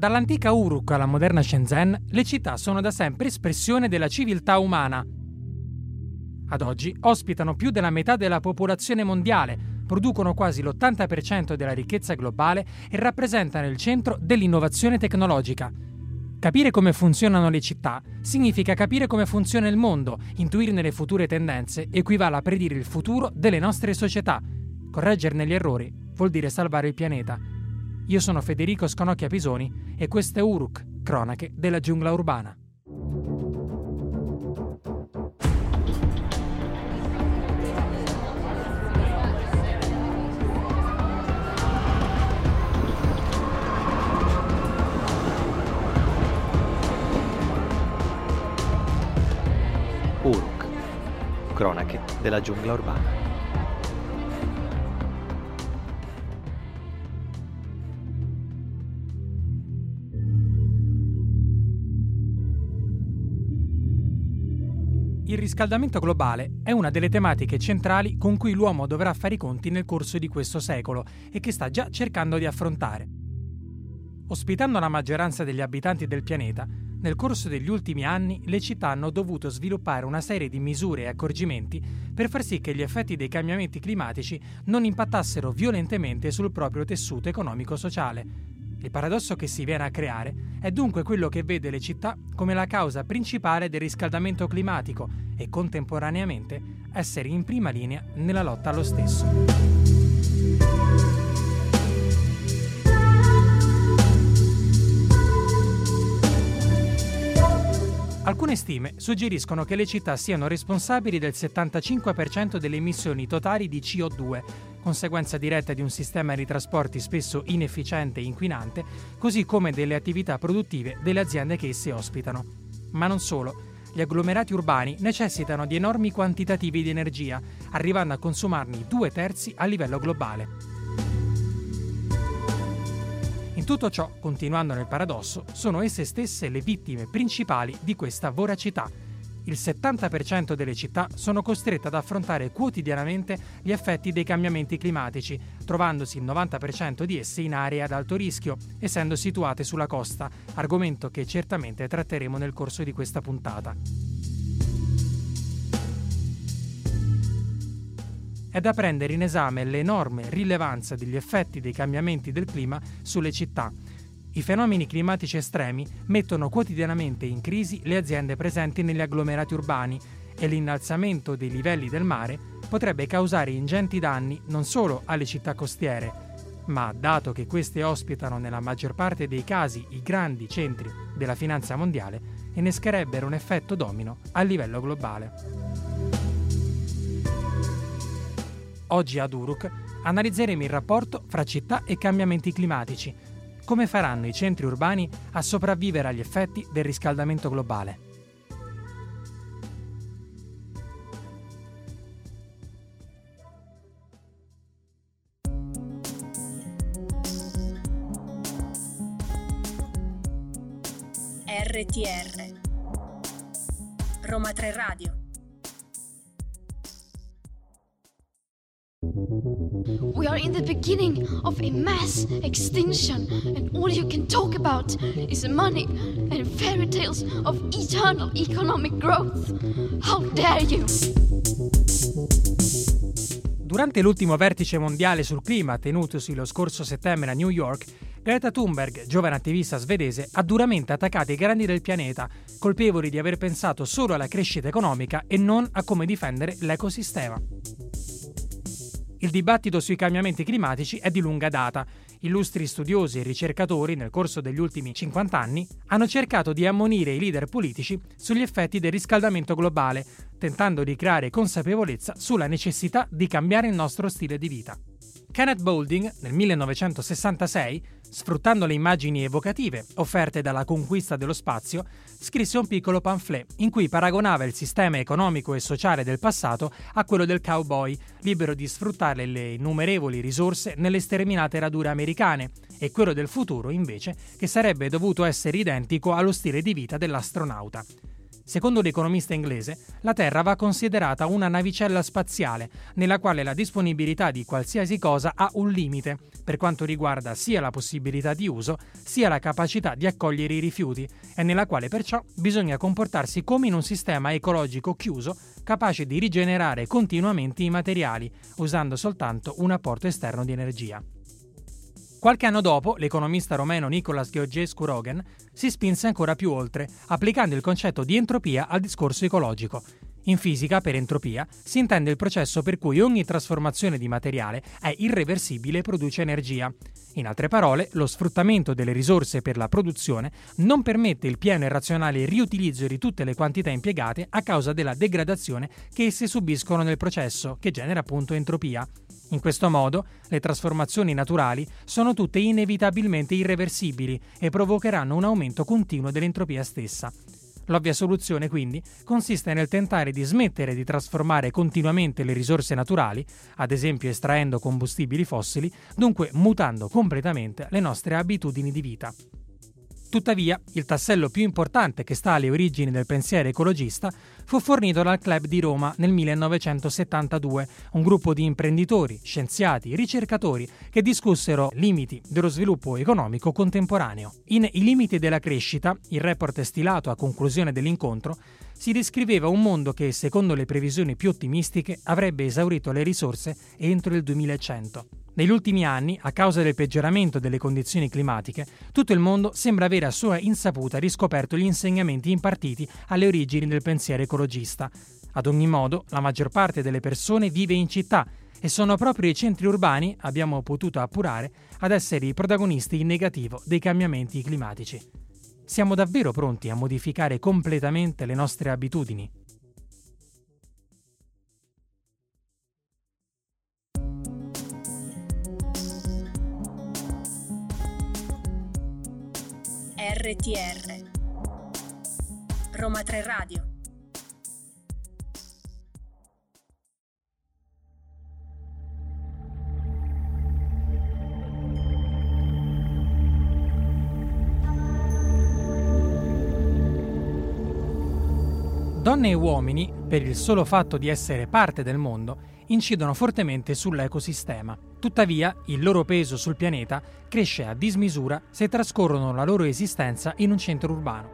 Dall'antica Uruk alla moderna Shenzhen, le città sono da sempre espressione della civiltà umana. Ad oggi ospitano più della metà della popolazione mondiale, producono quasi l'80% della ricchezza globale e rappresentano il centro dell'innovazione tecnologica. Capire come funzionano le città significa capire come funziona il mondo, intuirne le future tendenze equivale a predire il futuro delle nostre società. Correggerne gli errori vuol dire salvare il pianeta. Io sono Federico Sconocchia Pisoni e questo è Uruk, cronache della giungla urbana. Uruk, cronache della giungla urbana. Il riscaldamento globale è una delle tematiche centrali con cui l'uomo dovrà fare i conti nel corso di questo secolo e che sta già cercando di affrontare. Ospitando la maggioranza degli abitanti del pianeta, nel corso degli ultimi anni le città hanno dovuto sviluppare una serie di misure e accorgimenti per far sì che gli effetti dei cambiamenti climatici non impattassero violentemente sul proprio tessuto economico-sociale. Il paradosso che si viene a creare è dunque quello che vede le città come la causa principale del riscaldamento climatico e contemporaneamente essere in prima linea nella lotta allo stesso. Alcune stime suggeriscono che le città siano responsabili del 75% delle emissioni totali di CO2, conseguenza diretta di un sistema di trasporti spesso inefficiente e inquinante, così come delle attività produttive delle aziende che esse ospitano. Ma non solo, gli agglomerati urbani necessitano di enormi quantitativi di energia, arrivando a consumarne 2/3 a livello globale. In tutto ciò, continuando nel paradosso, sono esse stesse le vittime principali di questa voracità. Il 70% delle città sono costrette ad affrontare quotidianamente gli effetti dei cambiamenti climatici, trovandosi il 90% di esse in aree ad alto rischio, essendo situate sulla costa, argomento che certamente tratteremo nel corso di questa puntata. È da prendere in esame l'enorme rilevanza degli effetti dei cambiamenti del clima sulle città. I fenomeni climatici estremi mettono quotidianamente in crisi le aziende presenti negli agglomerati urbani e l'innalzamento dei livelli del mare potrebbe causare ingenti danni non solo alle città costiere, ma, dato che queste ospitano nella maggior parte dei casi i grandi centri della finanza mondiale, innescherebbero un effetto domino a livello globale. Oggi ad Uruk analizzeremo il rapporto fra città e cambiamenti climatici. Come faranno i centri urbani a sopravvivere agli effetti del riscaldamento globale? RTR Roma 3 Radio. We are in the beginning of a mass extinction, and all you can talk about is money and fairy tales of eternal economic growth. How dare you! Durante l'ultimo vertice mondiale sul clima tenutosi lo scorso settembre a New York, Greta Thunberg, giovane attivista svedese, ha duramente attaccato i grandi del pianeta, colpevoli di aver pensato solo alla crescita economica e non a come difendere l'ecosistema. Il dibattito sui cambiamenti climatici è di lunga data. Illustri studiosi e ricercatori, nel corso degli ultimi 50 anni, hanno cercato di ammonire i leader politici sugli effetti del riscaldamento globale, tentando di creare consapevolezza sulla necessità di cambiare il nostro stile di vita. Kenneth Boulding, nel 1966, sfruttando le immagini evocative offerte dalla conquista dello spazio, scrisse un piccolo pamphlet in cui paragonava il sistema economico e sociale del passato a quello del cowboy, libero di sfruttare le innumerevoli risorse nelle sterminate radure americane, e quello del futuro, invece, che sarebbe dovuto essere identico allo stile di vita dell'astronauta. Secondo l'economista inglese, la Terra va considerata una navicella spaziale, nella quale la disponibilità di qualsiasi cosa ha un limite, per quanto riguarda sia la possibilità di uso, sia la capacità di accogliere i rifiuti, e nella quale perciò bisogna comportarsi come in un sistema ecologico chiuso, capace di rigenerare continuamente i materiali, usando soltanto un apporto esterno di energia. Qualche anno dopo, l'economista romeno Nicolas Georgescu Roegen si spinse ancora più oltre, applicando il concetto di entropia al discorso ecologico. In fisica, per entropia, si intende il processo per cui ogni trasformazione di materiale è irreversibile e produce energia. In altre parole, lo sfruttamento delle risorse per la produzione non permette il pieno e razionale riutilizzo di tutte le quantità impiegate a causa della degradazione che esse subiscono nel processo, che genera appunto entropia. In questo modo, le trasformazioni naturali sono tutte inevitabilmente irreversibili e provocheranno un aumento continuo dell'entropia stessa. L'ovvia soluzione, quindi, consiste nel tentare di smettere di trasformare continuamente le risorse naturali, ad esempio estraendo combustibili fossili, dunque mutando completamente le nostre abitudini di vita. Tuttavia, il tassello più importante che sta alle origini del pensiero ecologista fu fornito dal Club di Roma nel 1972, un gruppo di imprenditori, scienziati, ricercatori che discussero limiti dello sviluppo economico contemporaneo. In I limiti della crescita, il report stilato a conclusione dell'incontro, si descriveva un mondo che, secondo le previsioni più ottimistiche, avrebbe esaurito le risorse entro il 2100. Negli ultimi anni, a causa del peggioramento delle condizioni climatiche, tutto il mondo sembra avere a sua insaputa riscoperto gli insegnamenti impartiti alle origini del pensiero ecologista. Ad ogni modo, la maggior parte delle persone vive in città e sono proprio i centri urbani, abbiamo potuto appurare, ad essere i protagonisti in negativo dei cambiamenti climatici. Siamo davvero pronti a modificare completamente le nostre abitudini? RTR Roma 3 Radio. Donne e uomini, per il solo fatto di essere parte del mondo, incidono fortemente sull'ecosistema. Tuttavia, il loro peso sul pianeta cresce a dismisura se trascorrono la loro esistenza in un centro urbano.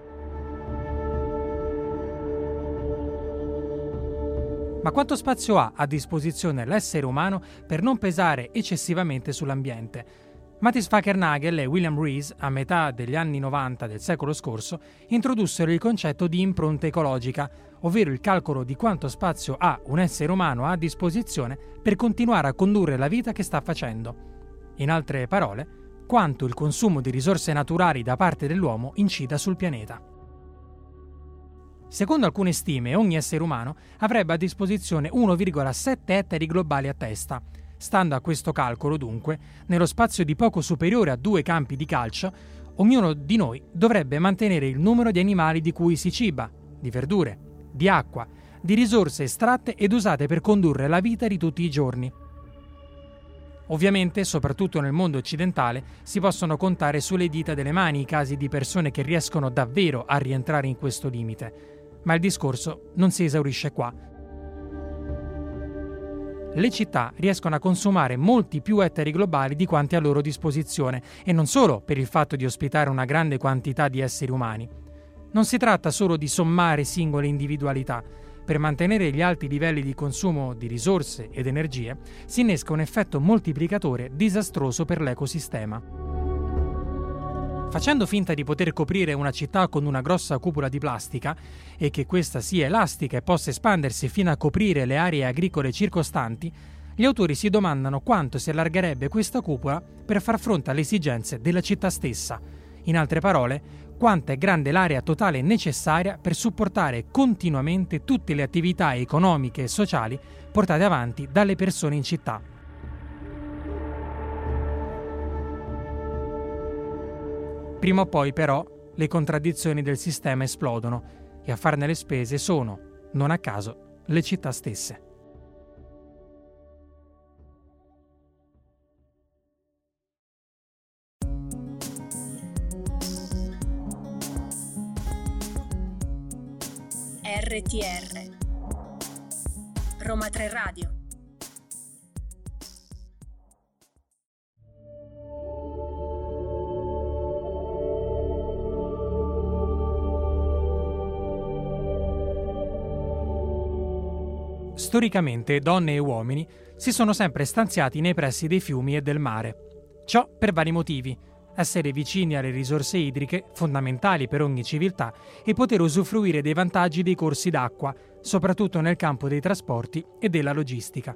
Ma quanto spazio ha a disposizione l'essere umano per non pesare eccessivamente sull'ambiente? Mathis Fakernagel e William Rees, a metà degli anni 90 del secolo scorso, introdussero il concetto di impronta ecologica, ovvero il calcolo di quanto spazio ha un essere umano a disposizione per continuare a condurre la vita che sta facendo. In altre parole, quanto il consumo di risorse naturali da parte dell'uomo incida sul pianeta. Secondo alcune stime, ogni essere umano avrebbe a disposizione 1,7 ettari globali a testa. Stando a questo calcolo, dunque, nello spazio di poco superiore a 2 campi di calcio, ognuno di noi dovrebbe mantenere il numero di animali di cui si ciba, di verdure, di acqua, di risorse estratte ed usate per condurre la vita di tutti i giorni. Ovviamente, soprattutto nel mondo occidentale, si possono contare sulle dita delle mani i casi di persone che riescono davvero a rientrare in questo limite. Ma il discorso non si esaurisce qua. Le città riescono a consumare molti più ettari globali di quanti a loro disposizione, e non solo per il fatto di ospitare una grande quantità di esseri umani. Non si tratta solo di sommare singole individualità. Per mantenere gli alti livelli di consumo di risorse ed energie, si innesca un effetto moltiplicatore disastroso per l'ecosistema. Facendo finta di poter coprire una città con una grossa cupola di plastica e che questa sia elastica e possa espandersi fino a coprire le aree agricole circostanti, gli autori si domandano quanto si allargherebbe questa cupola per far fronte alle esigenze della città stessa. In altre parole, quanto è grande l'area totale necessaria per supportare continuamente tutte le attività economiche e sociali portate avanti dalle persone in città. Prima o poi, però, le contraddizioni del sistema esplodono e a farne le spese sono, non a caso, le città stesse. RTR Roma 3 Radio. Storicamente donne e uomini si sono sempre stanziati nei pressi dei fiumi e del mare. Ciò per vari motivi: essere vicini alle risorse idriche, fondamentali per ogni civiltà, e poter usufruire dei vantaggi dei corsi d'acqua, soprattutto nel campo dei trasporti e della logistica.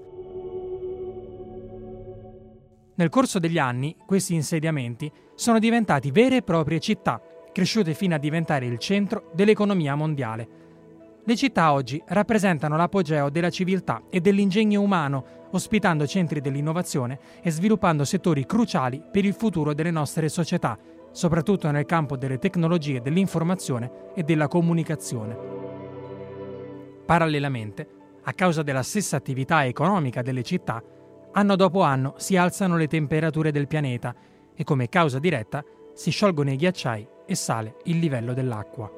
Nel corso degli anni, questi insediamenti sono diventati vere e proprie città, cresciute fino a diventare il centro dell'economia mondiale. Le città oggi rappresentano l'apogeo della civiltà e dell'ingegno umano, ospitando centri dell'innovazione e sviluppando settori cruciali per il futuro delle nostre società, soprattutto nel campo delle tecnologie dell'informazione e della comunicazione. Parallelamente, a causa della stessa attività economica delle città, anno dopo anno si alzano le temperature del pianeta e, come causa diretta, si sciolgono i ghiacciai e sale il livello dell'acqua.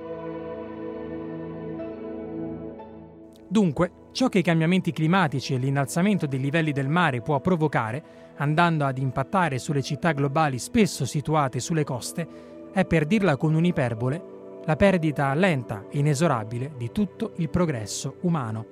Dunque, ciò che i cambiamenti climatici e l'innalzamento dei livelli del mare può provocare, andando ad impattare sulle città globali spesso situate sulle coste, è, per dirla con un'iperbole, la perdita lenta e inesorabile di tutto il progresso umano.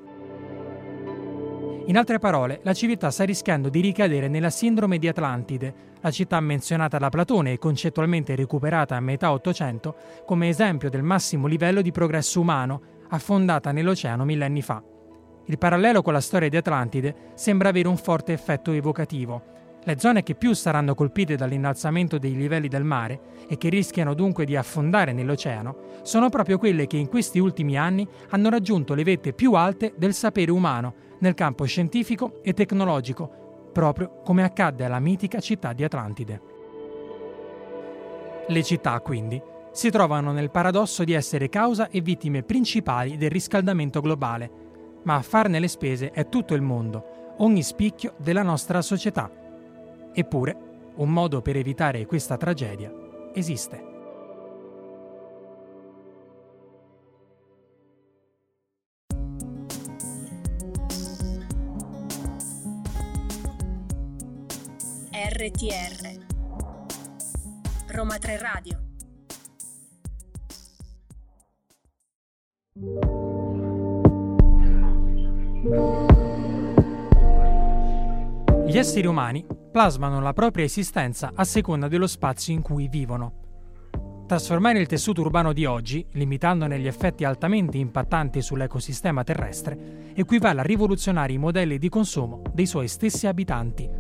In altre parole, la civiltà sta rischiando di ricadere nella sindrome di Atlantide, la città menzionata da Platone e concettualmente recuperata a metà Ottocento come esempio del massimo livello di progresso umano, affondata nell'oceano millenni fa. Il parallelo con la storia di Atlantide sembra avere un forte effetto evocativo. Le zone che più saranno colpite dall'innalzamento dei livelli del mare e che rischiano dunque di affondare nell'oceano sono proprio quelle che in questi ultimi anni hanno raggiunto le vette più alte del sapere umano nel campo scientifico e tecnologico, proprio come accadde alla mitica città di Atlantide. Le città, quindi, si trovano nel paradosso di essere causa e vittime principali del riscaldamento globale, ma a farne le spese è tutto il mondo, ogni spicchio della nostra società. Eppure, un modo per evitare questa tragedia esiste. RTR Roma 3 Radio. Gli esseri umani plasmano la propria esistenza a seconda dello spazio in cui vivono. Trasformare il tessuto urbano di oggi, limitandone gli effetti altamente impattanti sull'ecosistema terrestre, equivale a rivoluzionare i modelli di consumo dei suoi stessi abitanti.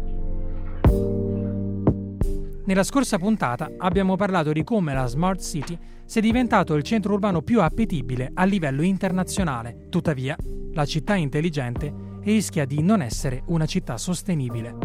Nella scorsa puntata abbiamo parlato di come la Smart City sia diventato il centro urbano più appetibile a livello internazionale. Tuttavia, la città intelligente rischia di non essere una città sostenibile.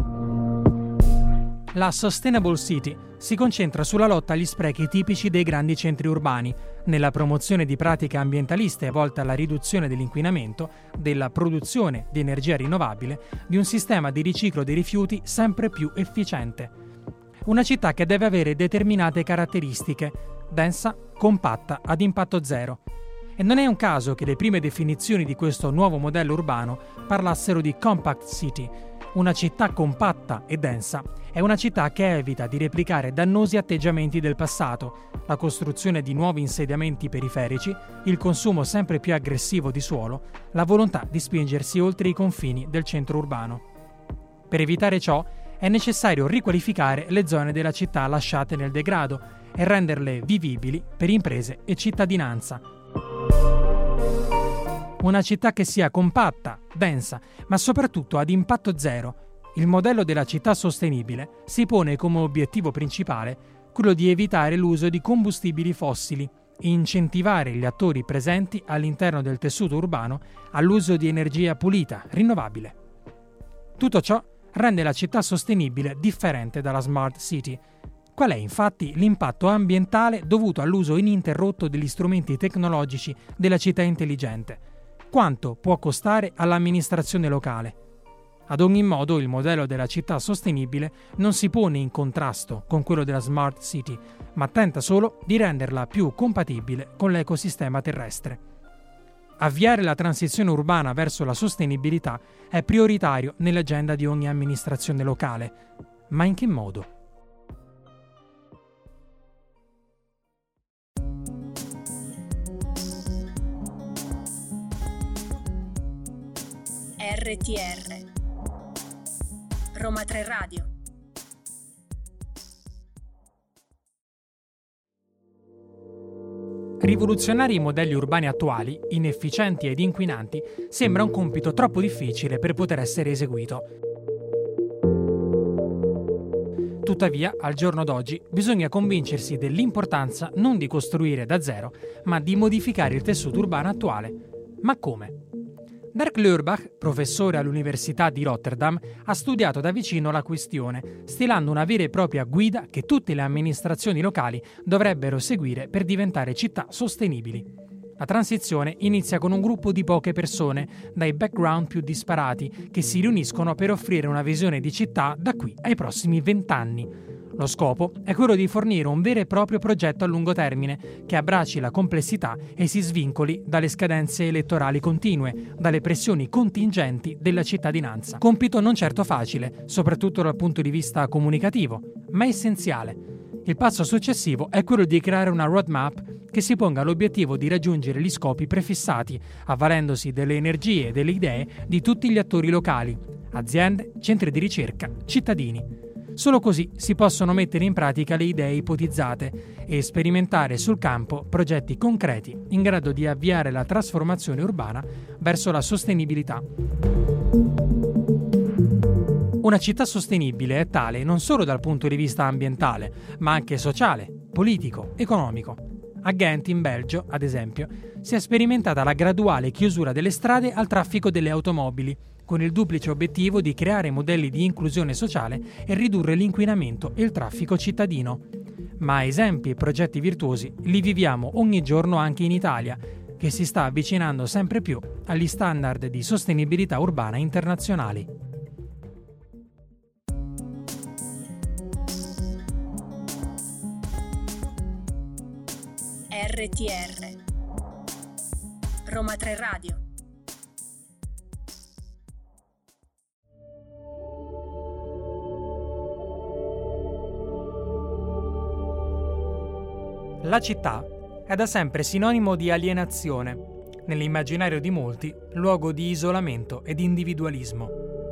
La Sustainable City si concentra sulla lotta agli sprechi tipici dei grandi centri urbani, nella promozione di pratiche ambientaliste volte alla riduzione dell'inquinamento, della produzione di energia rinnovabile, di un sistema di riciclo dei rifiuti sempre più efficiente. Una città che deve avere determinate caratteristiche: densa, compatta, ad impatto zero. E non è un caso che le prime definizioni di questo nuovo modello urbano parlassero di Compact City. Una città compatta e densa è una città che evita di replicare dannosi atteggiamenti del passato, la costruzione di nuovi insediamenti periferici, il consumo sempre più aggressivo di suolo, la volontà di spingersi oltre i confini del centro urbano. Per evitare ciò, è necessario riqualificare le zone della città lasciate nel degrado e renderle vivibili per imprese e cittadinanza. Una città che sia compatta, densa, ma soprattutto ad impatto zero. Il modello della città sostenibile si pone come obiettivo principale quello di evitare l'uso di combustibili fossili e incentivare gli attori presenti all'interno del tessuto urbano all'uso di energia pulita, rinnovabile. Tutto ciò rende la città sostenibile differente dalla Smart City. Qual è infatti l'impatto ambientale dovuto all'uso ininterrotto degli strumenti tecnologici della città intelligente? Quanto può costare all'amministrazione locale? Ad ogni modo, il modello della città sostenibile non si pone in contrasto con quello della Smart City, ma tenta solo di renderla più compatibile con l'ecosistema terrestre. avviare la transizione urbana verso la sostenibilità è prioritario nell'agenda di ogni amministrazione locale. Ma in che modo? RTR Roma 3 Radio. Rivoluzionare i modelli urbani attuali, inefficienti ed inquinanti, sembra un compito troppo difficile per poter essere eseguito. Tuttavia, al giorno d'oggi, bisogna convincersi dell'importanza non di costruire da zero, ma di modificare il tessuto urbano attuale. Ma come? Dirk Leurbach, professore all'Università di Rotterdam, ha studiato da vicino la questione, stilando una vera e propria guida che tutte le amministrazioni locali dovrebbero seguire per diventare città sostenibili. La transizione inizia con un gruppo di poche persone, dai background più disparati, che si riuniscono per offrire una visione di città da qui ai prossimi 20 anni. Lo scopo è quello di fornire un vero e proprio progetto a lungo termine che abbracci la complessità e si svincoli dalle scadenze elettorali continue, dalle pressioni contingenti della cittadinanza. Compito non certo facile, soprattutto dal punto di vista comunicativo, ma essenziale. Il passo successivo è quello di creare una roadmap che si ponga l'obiettivo di raggiungere gli scopi prefissati, avvalendosi delle energie e delle idee di tutti gli attori locali, aziende, centri di ricerca, cittadini. Solo così si possono mettere in pratica le idee ipotizzate e sperimentare sul campo progetti concreti in grado di avviare la trasformazione urbana verso la sostenibilità. Una città sostenibile è tale non solo dal punto di vista ambientale, ma anche sociale, politico, economico. A Ghent, in Belgio, ad esempio, si è sperimentata la graduale chiusura delle strade al traffico delle automobili, con il duplice obiettivo di creare modelli di inclusione sociale e ridurre l'inquinamento e il traffico cittadino. Ma esempi e progetti virtuosi li viviamo ogni giorno anche in Italia, che si sta avvicinando sempre più agli standard di sostenibilità urbana internazionali. RTR Roma 3 Radio. La città è da sempre sinonimo di alienazione, nell'immaginario di molti luogo di isolamento ed individualismo.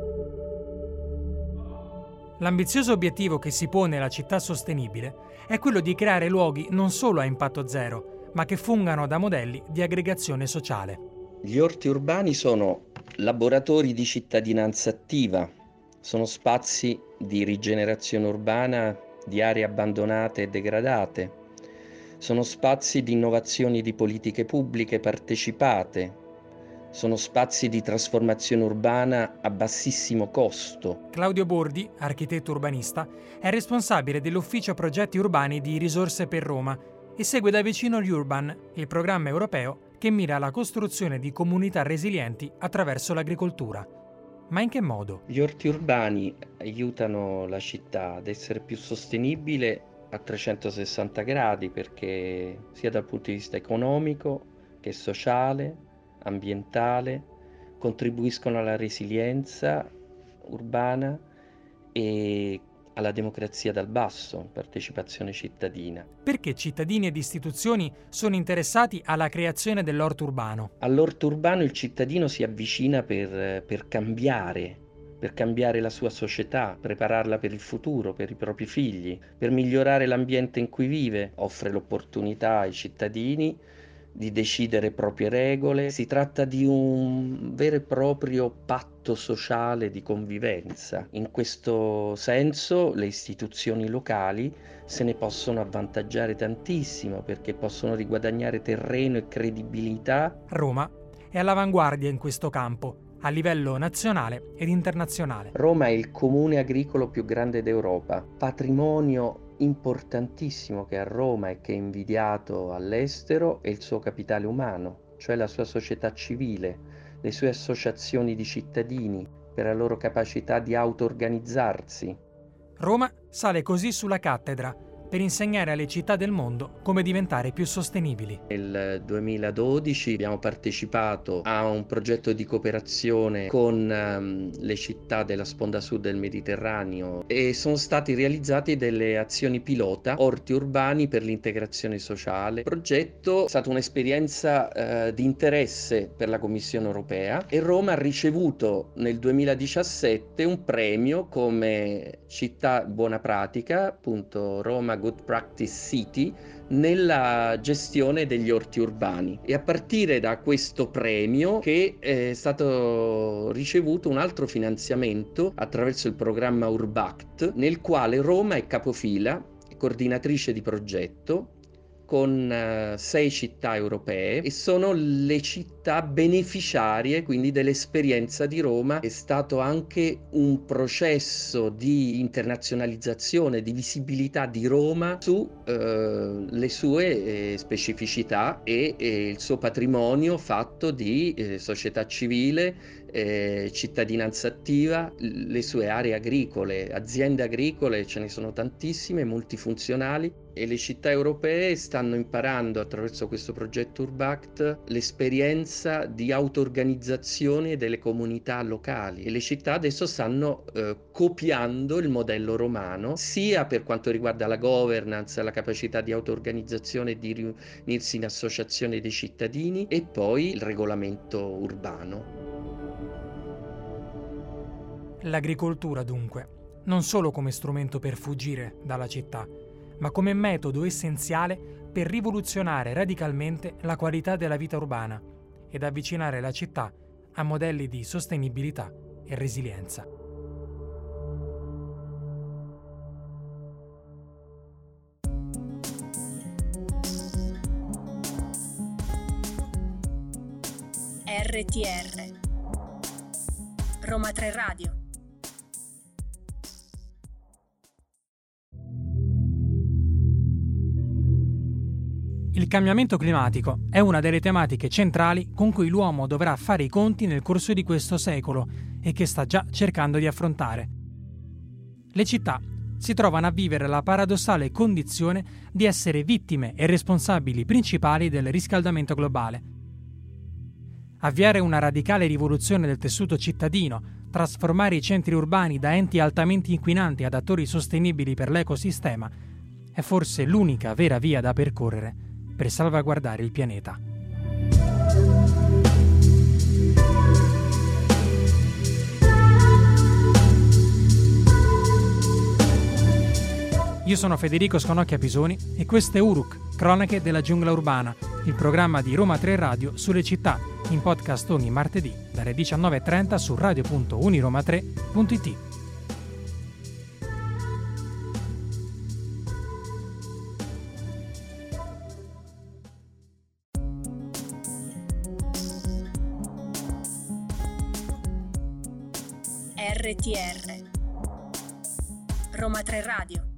L'ambizioso obiettivo che si pone la città sostenibile è quello di creare luoghi non solo a impatto zero, ma che fungano da modelli di aggregazione sociale. Gli orti urbani sono laboratori di cittadinanza attiva, sono spazi di rigenerazione urbana di aree abbandonate e degradate. Sono spazi di innovazioni di politiche pubbliche partecipate, sono spazi di trasformazione urbana a bassissimo costo. Claudio Bordi, architetto urbanista, è responsabile dell'Ufficio Progetti Urbani di Risorse per Roma e segue da vicino l'Urban, il programma europeo che mira alla costruzione di comunità resilienti attraverso l'agricoltura. Ma in che modo? Gli orti urbani aiutano la città ad essere più sostenibile a 360 gradi perché sia dal punto di vista economico che sociale, ambientale, contribuiscono alla resilienza urbana e alla democrazia dal basso, partecipazione cittadina. Perché cittadini ed istituzioni sono interessati alla creazione dell'orto urbano? All'orto urbano il cittadino si avvicina per cambiare la sua società, prepararla per il futuro, per i propri figli, per migliorare l'ambiente in cui vive, offre l'opportunità ai cittadini di decidere proprie regole. Si tratta di un vero e proprio patto sociale di convivenza. In questo senso le istituzioni locali se ne possono avvantaggiare tantissimo perché possono riguadagnare terreno e credibilità. Roma è all'avanguardia in questo campo, a livello nazionale ed internazionale. Roma è il comune agricolo più grande d'Europa, patrimonio importantissimo che a Roma e che è invidiato all'estero è il suo capitale umano, cioè la sua società civile, le sue associazioni di cittadini per la loro capacità di auto-organizzarsi. Roma sale così sulla cattedra, per insegnare alle città del mondo come diventare più sostenibili. Nel 2012 abbiamo partecipato a un progetto di cooperazione con le città della sponda sud del Mediterraneo e sono stati realizzati delle azioni pilota, orti urbani per l'integrazione sociale. Il progetto è stata un'esperienza di interesse per la Commissione europea e Roma ha ricevuto nel 2017 un premio come città buona pratica, appunto Roma Good Practice City, nella gestione degli orti urbani. E a partire da questo premio che è stato ricevuto un altro finanziamento attraverso il programma Urbact, nel quale Roma è capofila, coordinatrice di progetto, con 6 città europee e sono le città beneficiarie quindi dell'esperienza di Roma. È stato anche un processo di internazionalizzazione, di visibilità di Roma su le sue specificità e il suo patrimonio fatto di società civile, cittadinanza attiva, le sue aree agricole, aziende agricole, ce ne sono tantissime, multifunzionali, e le città europee stanno imparando attraverso questo progetto Urbact l'esperienza di auto-organizzazione delle comunità locali, e le città adesso stanno copiando il modello romano, sia per quanto riguarda la governance, la capacità di auto-organizzazione e di riunirsi in associazione dei cittadini, e poi il regolamento urbano. L'agricoltura, dunque, non solo come strumento per fuggire dalla città, ma come metodo essenziale per rivoluzionare radicalmente la qualità della vita urbana ed avvicinare la città a modelli di sostenibilità e resilienza. RTR Roma 3 Radio. Il cambiamento climatico è una delle tematiche centrali con cui l'uomo dovrà fare i conti nel corso di questo secolo e che sta già cercando di affrontare. Le città si trovano a vivere la paradossale condizione di essere vittime e responsabili principali del riscaldamento globale. Avviare una radicale rivoluzione del tessuto cittadino, trasformare i centri urbani da enti altamente inquinanti ad attori sostenibili per l'ecosistema, è forse l'unica vera via da percorrere per salvaguardare il pianeta. Io sono Federico Sconocchia Pisoni e questo è Uruk, Cronache della giungla urbana, il programma di Roma 3 Radio sulle città, in podcast ogni martedì dalle 19.30 su radio.uniroma3.it. RTR Roma 3 Radio.